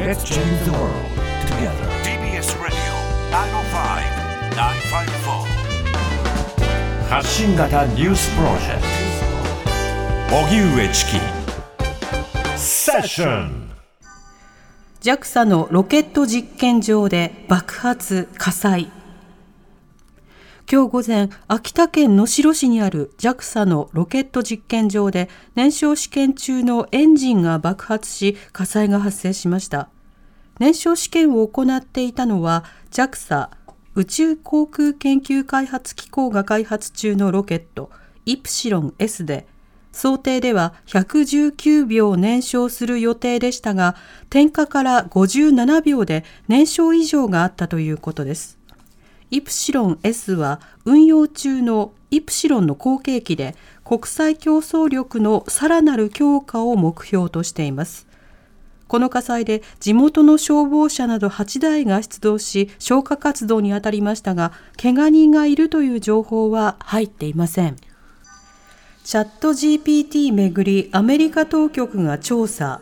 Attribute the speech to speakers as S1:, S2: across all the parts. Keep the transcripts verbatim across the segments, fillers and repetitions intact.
S1: Let's change the world together. ティービーエス Radio ナインオーファイブ ナインファイブフォー 発信型ニュースプロジェクト荻上チキセッション。
S2: ジャクサ のロケット実験場で爆発火災。今日午前、秋田県能代市にある ジャクサ のロケット実験場で燃焼試験中のエンジンが爆発し火災が発生しました。燃焼試験を行っていたのは ジャクサ 宇宙航空研究開発機構が開発中のロケットイプシロン エス で、想定ではひゃくじゅうきゅうびょう燃焼する予定でしたが、点火からごじゅうななびょうで燃焼異常があったということです。イプシロン エス は運用中のイプシロンの後継機で、国際競争力のさらなる強化を目標としています。この火災で地元の消防車などはちだいが出動し消火活動に当たりましたが、怪我人がいるという情報は入っていません。チャット ジーピーティー めぐりアメリカ当局が調査。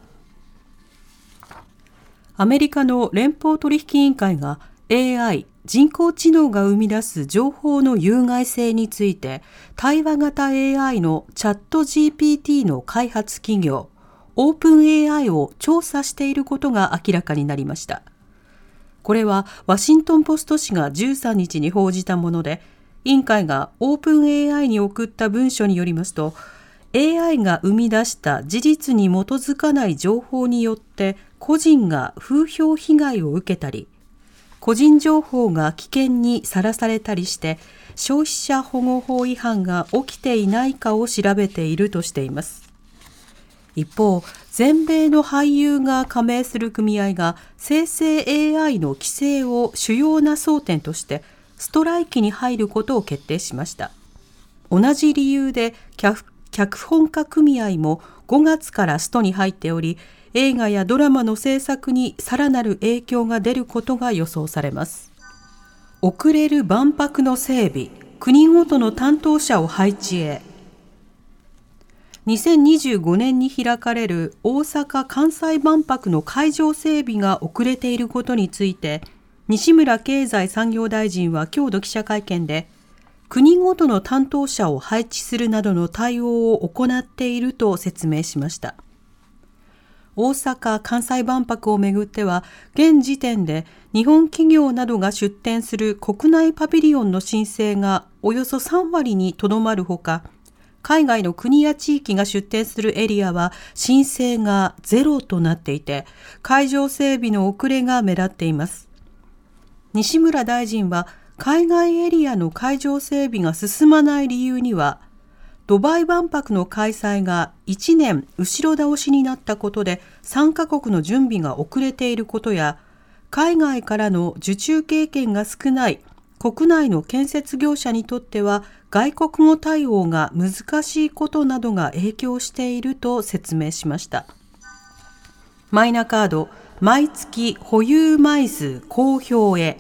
S2: アメリカの連邦取引委員会が エーアイ 人工知能が生み出す情報の有害性について、対話型 エーアイ のチャット ジーピーティー の開発企業オープン エーアイ を調査していることが明らかになりました。これはワシントンポスト紙がじゅうさんにちに報じたもので、委員会がオープン エーアイ に送った文書によりますと、エーアイ が生み出した事実に基づかない情報によって個人が風評被害を受けたり、個人情報が危険にさらされたりして消費者保護法違反が起きていないかを調べているとしています。一方、全米の俳優が加盟する組合が生成 エーアイ の規制を主要な争点としてストライキに入ることを決定しました。同じ理由で脚、脚本家組合もごがつからストに入っており、映画やドラマの制作にさらなる影響が出ることが予想されます。遅れる万博の整備、国ごとの担当者を配置へ。にせんにじゅうごねんに開かれる大阪・関西万博の会場整備が遅れていることについて、西村経済産業大臣は今日の記者会見で、国ごとの担当者を配置するなどの対応を行っていると説明しました。大阪・関西万博をめぐっては、現時点で日本企業などが出展する国内パビリオンの申請がおよそさんわりにとどまるほか、海外の国や地域が出展するエリアは申請がゼロとなっていて、会場整備の遅れが目立っています。西村大臣は、海外エリアの会場整備が進まない理由には、ドバイ万博の開催がいちねん後ろ倒しになったことでさんかこくの準備が遅れていることや、海外からの受注経験が少ない国内の建設業者にとっては外国語対応が難しいことなどが影響していると説明しました。マイナカード毎月保有枚数公表へ。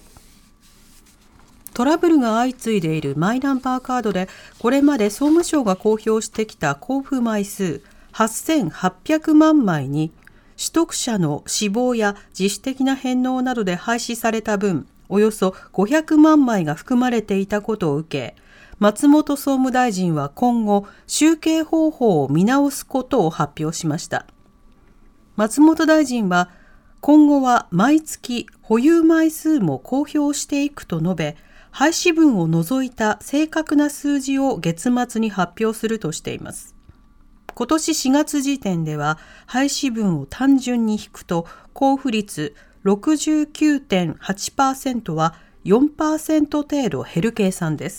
S2: トラブルが相次いでいるマイナンバーカードで、これまで総務省が公表してきた交付枚数はっせんはっぴゃくまんまいに、取得者の死亡や自主的な返納などで廃止された分、およそごひゃくまんまいが含まれていたことを受け、松本総務大臣は今後、集計方法を見直すことを発表しました。松本大臣は、今後は毎月保有枚数も公表していくと述べ、廃止分を除いた正確な数字を月末に発表するとしています。今年しがつ時点では廃止分を単純に引くと交付率 ろくじゅうきゅうてんはちパーセント は よんパーセント 程度減る計算です。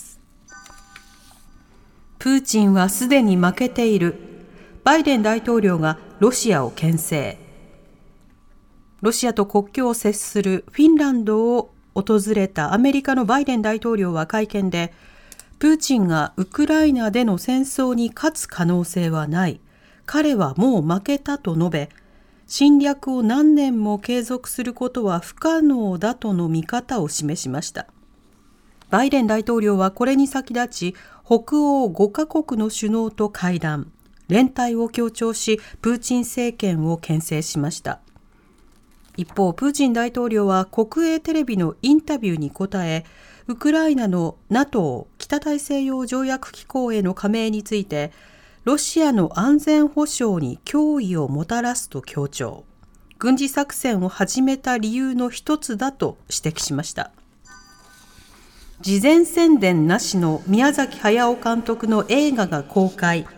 S2: プーチンはすでに負けている。バイデン大統領がロシアを牽制。ロシアと国境を接するフィンランドを訪れたアメリカのバイデン大統領は会見で、プーチンがウクライナでの戦争に勝つ可能性はない。彼はもう負けたと述べ、侵略を何年も継続することは不可能だとの見方を示しました。バイデン大統領はこれに先立ち、北欧ごかこくの首脳と会談、連帯を強調し、プーチン政権を牽制しました。 一方、プーチン大統領は国営テレビのインタビューに答え、ウクライナの NATO 北大西洋条約機構への加盟について、ロシアの安全保障に脅威をもたらすと強調。軍事作戦を始めた理由の一つだと指摘しました。事前宣伝なしの宮崎駿監督の映画が公開。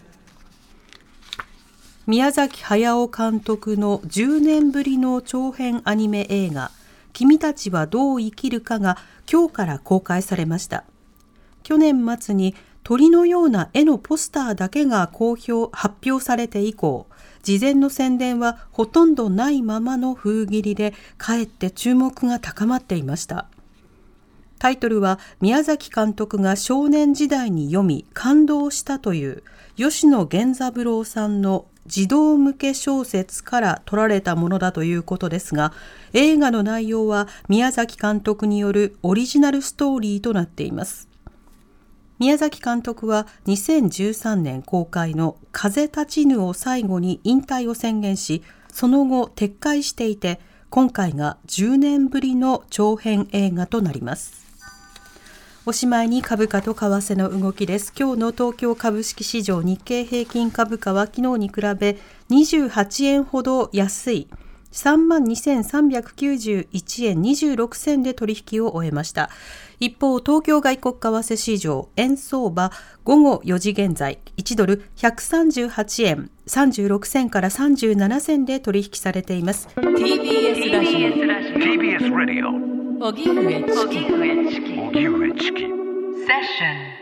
S2: 宮崎駿監督のじゅうねんぶりの長編アニメ映画、君たちはどう生きるかが今日から公開されました。去年末に鳥のような絵のポスターだけが公表、発表されて以降、事前の宣伝はほとんどないままの封切りで、かえって注目が高まっていました。タイトルは宮崎監督が少年時代に読み感動したという吉野源三郎さんの児童向け小説から取られたものだということですが、映画の内容は宮崎監督によるオリジナルストーリーとなっています。宮崎監督はにせんじゅうさんねん公開の風立ちぬを最後に引退を宣言し、その後撤回していて、今回がじゅうねんぶりの長編映画となります。おしまいに株価と為替の動きです。今日の東京株式市場、日経平均株価は昨日に比べにじゅうはちえんほど安いさんまんにせんさんびゃくきゅうじゅういちえんにじゅうろくせんで取引を終えました。一方、東京外国為替市場、円相場午後よじ現在、いちドルひゃくさんじゅうはちえんさんじゅうろくせんからさんじゅうななせんで取引されています。 ティービーエス ラジオ ティービーエス ラジオ荻上チキ荻上チキセッション